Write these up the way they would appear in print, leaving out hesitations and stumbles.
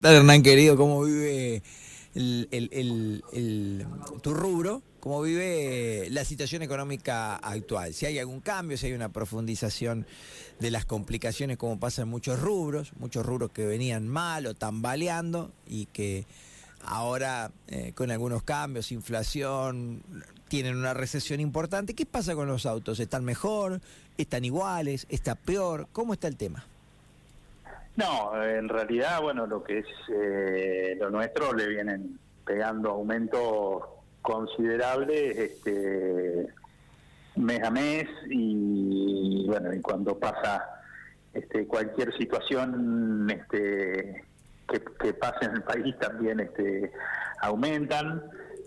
tal, Hernán querido? ¿Cómo vive tu rubro? ¿Cómo vive la situación económica actual? Si hay algún cambio, si hay una profundización de las complicaciones, como pasa en muchos rubros que venían mal o tambaleando y que ahora con algunos cambios, inflación, tienen una recesión importante. ¿Qué pasa con los autos? ¿Están mejor? ¿Están iguales? ¿Está peor? ¿Cómo está el tema? No, en realidad, bueno, lo que es lo nuestro le vienen pegando aumentos considerables mes a mes y bueno, y cuando pasa cualquier situación que pase en el país también aumentan.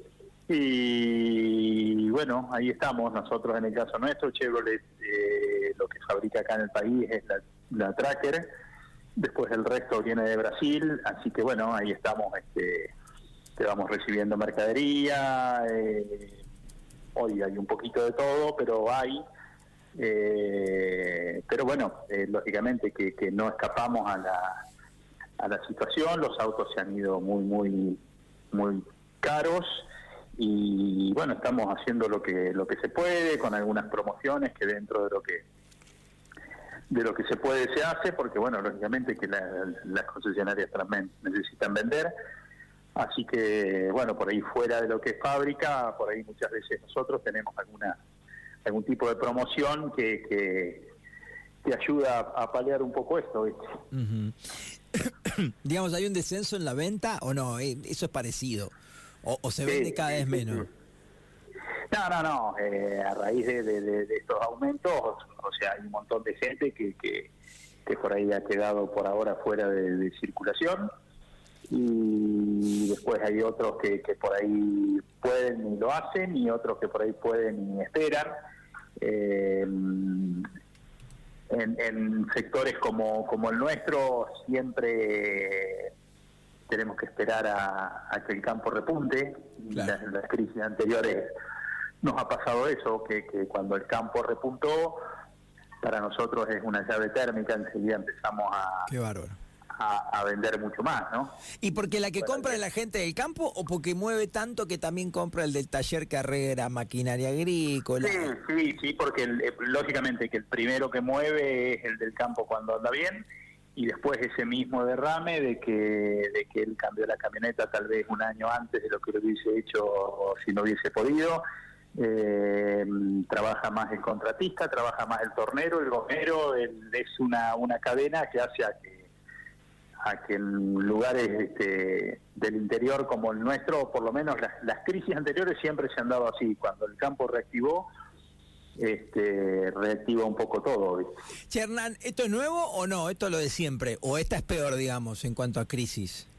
Y bueno, ahí estamos nosotros en el caso nuestro. Chevrolet lo que fabrica acá en el país es la Tracker. Después el resto viene de Brasil, así que bueno, ahí estamos, que vamos recibiendo mercadería, hoy hay un poquito de todo, pero hay, pero bueno, lógicamente que no escapamos a la situación. Los autos se han ido muy caros y bueno, estamos haciendo lo que se puede, con algunas promociones que dentro de lo que se puede se hace, porque bueno, lógicamente que las concesionarias también necesitan vender, así que bueno, por ahí fuera de lo que es fábrica, por ahí muchas veces nosotros tenemos algún tipo de promoción que ayuda a paliar un poco esto, ¿viste? Digamos, ¿hay un descenso en la venta o no? Eso es parecido, o se vende cada vez menos. Sí. No, a raíz de estos aumentos, o sea, hay un montón de gente que por ahí ha quedado por ahora fuera de circulación, y después hay otros que por ahí pueden y lo hacen, y otros que por ahí pueden y esperan. En sectores como el nuestro siempre tenemos que esperar a que el campo repunte. Claro. Las crisis anteriores nos ha pasado eso, que cuando el campo repuntó, para nosotros es una llave térmica, enseguida empezamos Qué bárbaro. A vender mucho más, ¿no? ¿Y porque la que compra es la gente del campo o porque mueve tanto que también compra el del taller carrera, maquinaria agrícola? Sí, porque lógicamente que el primero que mueve es el del campo cuando anda bien, y después ese mismo derrame de que él cambió la camioneta tal vez un año antes de lo que lo hubiese hecho o si no hubiese podido. Trabaja más el contratista, trabaja más el tornero, el gomero, es una cadena que hace a que en lugares del interior como el nuestro, por lo menos las crisis anteriores siempre se han dado así. Cuando el campo reactivó, reactiva un poco todo, ¿viste? Che, Hernán, ¿esto es nuevo o no? ¿Esto es lo de siempre? ¿O esta es peor, digamos, en cuanto a crisis?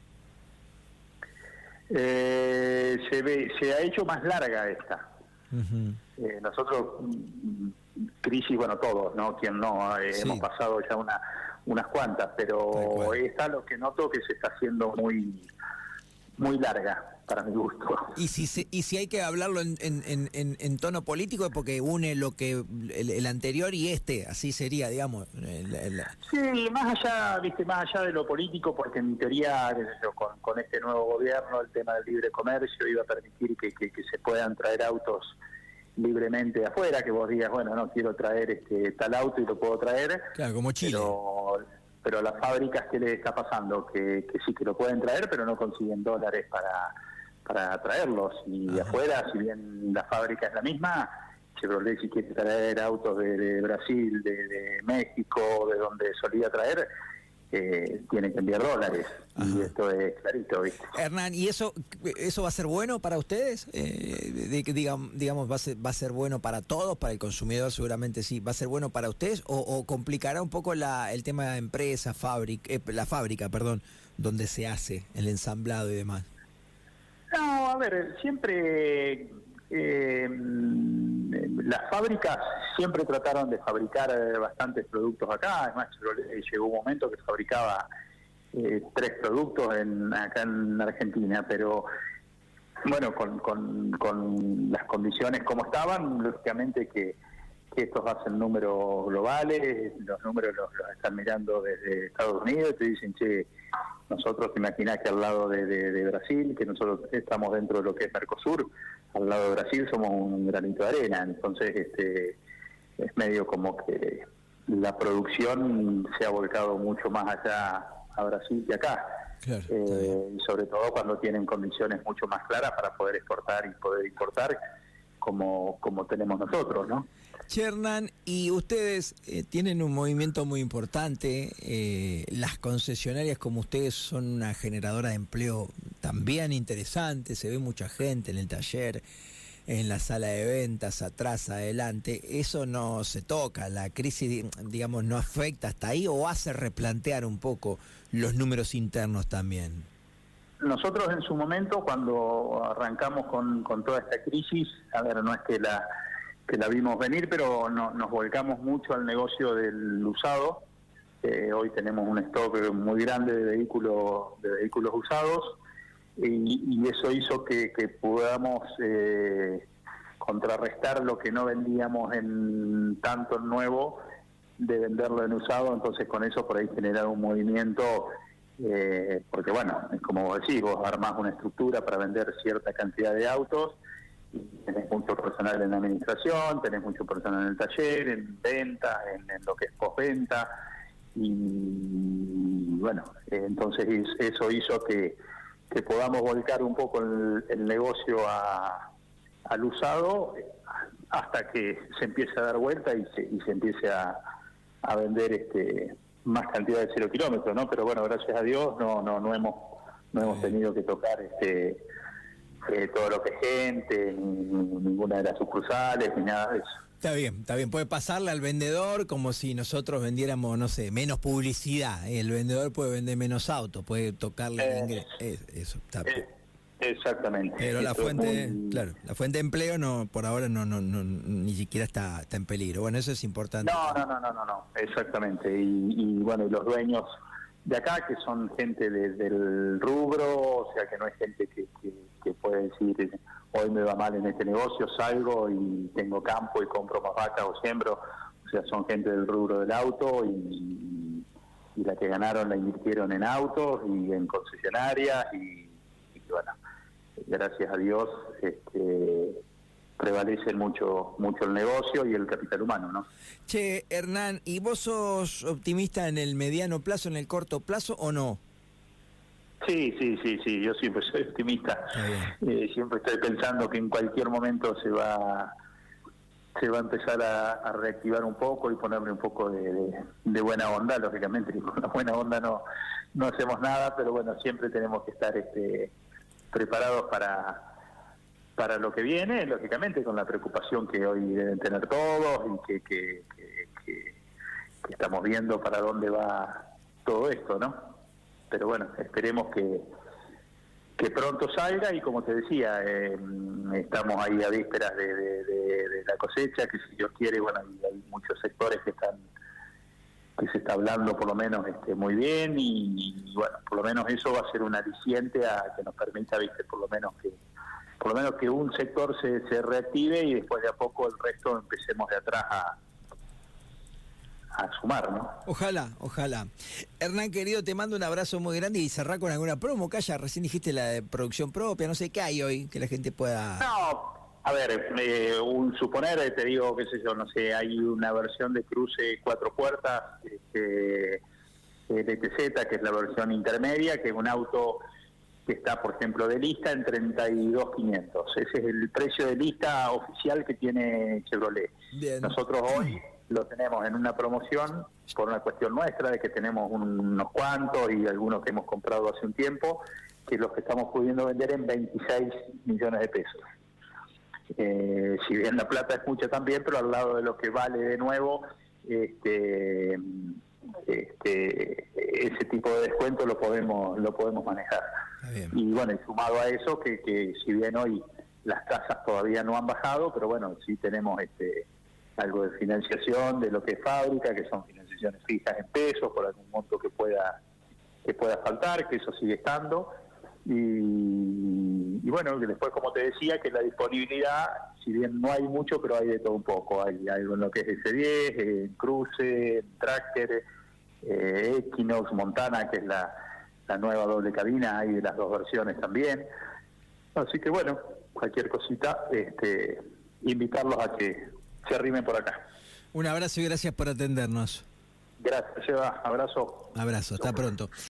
Se ha hecho más larga esta. Uh-huh. Nosotros, crisis, bueno, todos, ¿no? Quien no, Sí. hemos pasado ya unas cuantas, pero esta lo que noto que se está haciendo muy larga, para mi gusto. Y si hay que hablarlo en tono político es porque une lo que el anterior y así sería, digamos. Sí, más allá de lo político, porque en teoría, con este nuevo gobierno, el tema del libre comercio iba a permitir que se puedan traer autos libremente de afuera, que vos digas, bueno, no quiero traer tal auto y lo puedo traer. Claro, como Chile. Pero las fábricas, ¿qué les está pasando? Que sí que lo pueden traer, pero no consiguen dólares para traerlos. Y de afuera, si bien la fábrica es la misma, Chevrolet, si quiere traer autos de Brasil, de México, de donde solía traer, tiene que enviar dólares. Ajá. Y esto es clarito, ¿viste? Hernán, ¿y eso va a ser bueno para ustedes? Digamos, ¿va a ser bueno para todos, para el consumidor seguramente sí? ¿Va a ser bueno para ustedes o complicará un poco el tema de la empresa, la fábrica, donde se hace el ensamblado y demás? No, a ver, siempre las fábricas siempre trataron de fabricar bastantes productos acá. Además, llegó un momento que fabricaba 3 productos acá en Argentina, pero bueno, con las condiciones como estaban, lógicamente que que estos hacen números globales, los números los están mirando desde Estados Unidos, y te dicen, che, nosotros, te imaginás que al lado de Brasil, que nosotros estamos dentro de lo que es Mercosur, al lado de Brasil somos un granito de arena, entonces es medio como que la producción se ha volcado mucho más allá a Brasil que acá. Claro, Y sobre todo cuando tienen condiciones mucho más claras para poder exportar y poder importar como tenemos nosotros, ¿no? Che, Hernán, y ustedes tienen un movimiento muy importante, las concesionarias como ustedes son una generadora de empleo también interesante, se ve mucha gente en el taller, en la sala de ventas, atrás, adelante, eso no se toca, la crisis, digamos, no afecta hasta ahí o hace replantear un poco los números internos también. Nosotros en su momento, cuando arrancamos con toda esta crisis, a ver, no es que la vimos venir, pero nos volcamos mucho al negocio del usado. Hoy tenemos un stock muy grande de vehículos usados y eso hizo que podamos contrarrestar lo que no vendíamos en tanto en nuevo, de venderlo en usado. Entonces con eso por ahí generar un movimiento, porque bueno, como vos decís, vos armás una estructura para vender cierta cantidad de autos, y tenés mucho personal en la administración, tenés mucho personal en el taller, en ventas, en lo que es postventa, y bueno, entonces eso hizo que podamos volcar un poco el negocio al usado, hasta que se empiece a dar vuelta y se empiece a vender más cantidad de 0 kilómetros, ¿no? Pero bueno, gracias a Dios no hemos tenido que tocar todo lo que es gente, ni ninguna de las sucursales, ni nada de eso. Está bien, puede pasarle al vendedor como si nosotros vendiéramos, no sé, menos publicidad, el vendedor puede vender menos autos, puede tocarle el ingreso, eso, está bien. Exactamente. Pero la fuente, claro, la fuente de empleo no, por ahora no ni siquiera está en peligro. Bueno, eso es importante. No, exactamente. Y bueno, y los dueños de acá, que son gente del rubro, o sea que no es gente que puede decir, hoy me va mal en este negocio, salgo y tengo campo y compro más vacas o siembro. O sea, son gente del rubro del auto y la que ganaron la invirtieron en autos y en concesionarias y bueno, gracias a Dios prevalece mucho el negocio y el capital humano, ¿no? Che, Hernán, ¿y vos sos optimista en el mediano plazo, en el corto plazo o no? Sí, yo siempre soy optimista. Siempre estoy pensando que en cualquier momento se va a empezar a reactivar un poco y ponerle un poco de buena onda. Lógicamente con la buena onda no hacemos nada, pero bueno, siempre tenemos que estar preparados para lo que viene, lógicamente con la preocupación que hoy deben tener todos y que estamos viendo para dónde va todo esto, ¿no? Pero bueno, esperemos que pronto salga y como te decía, estamos ahí a vísperas de la cosecha, que si Dios quiere, bueno, hay muchos sectores que se está hablando por lo menos muy bien y bueno, por lo menos eso va a ser un aliciente a que nos permita, viste, por lo menos que un sector se reactive y después de a poco el resto empecemos de atrás a sumar, ¿no? Ojalá. Hernán, querido, te mando un abrazo muy grande y cerrar con alguna promo que haya. Recién dijiste la de producción propia, no sé qué hay hoy que la gente pueda... No, a ver, suponer, te digo, qué sé yo, no sé, hay una versión de cruce 4 puertas, LTZ, que es la versión intermedia, que es un auto que está, por ejemplo, de lista en 32.500. Ese es el precio de lista oficial que tiene Chevrolet. Bien. Nosotros hoy lo tenemos en una promoción por una cuestión nuestra, de que tenemos unos cuantos y algunos que hemos comprado hace un tiempo, que los que estamos pudiendo vender en 26 millones de pesos. Si bien la plata es mucha también, pero al lado de lo que vale de nuevo, ese tipo de descuento lo podemos manejar. Y bueno, y sumado a eso, que si bien hoy las tasas todavía no han bajado, pero bueno, sí tenemos algo de financiación de lo que es fábrica, que son financiaciones fijas en pesos, por algún monto que pueda faltar, que eso sigue estando, y y bueno, que después, como te decía, que la disponibilidad, si bien no hay mucho, pero hay de todo un poco. Hay algo en lo que es S10, Cruze, Tracker, Equinox, Montana, que es la nueva doble cabina, hay de las dos versiones también. Así que bueno, cualquier cosita, invitarlos a que se arrimen por acá. Un abrazo y gracias por atendernos. Gracias, Eva. Abrazo. Abrazo, hasta pronto.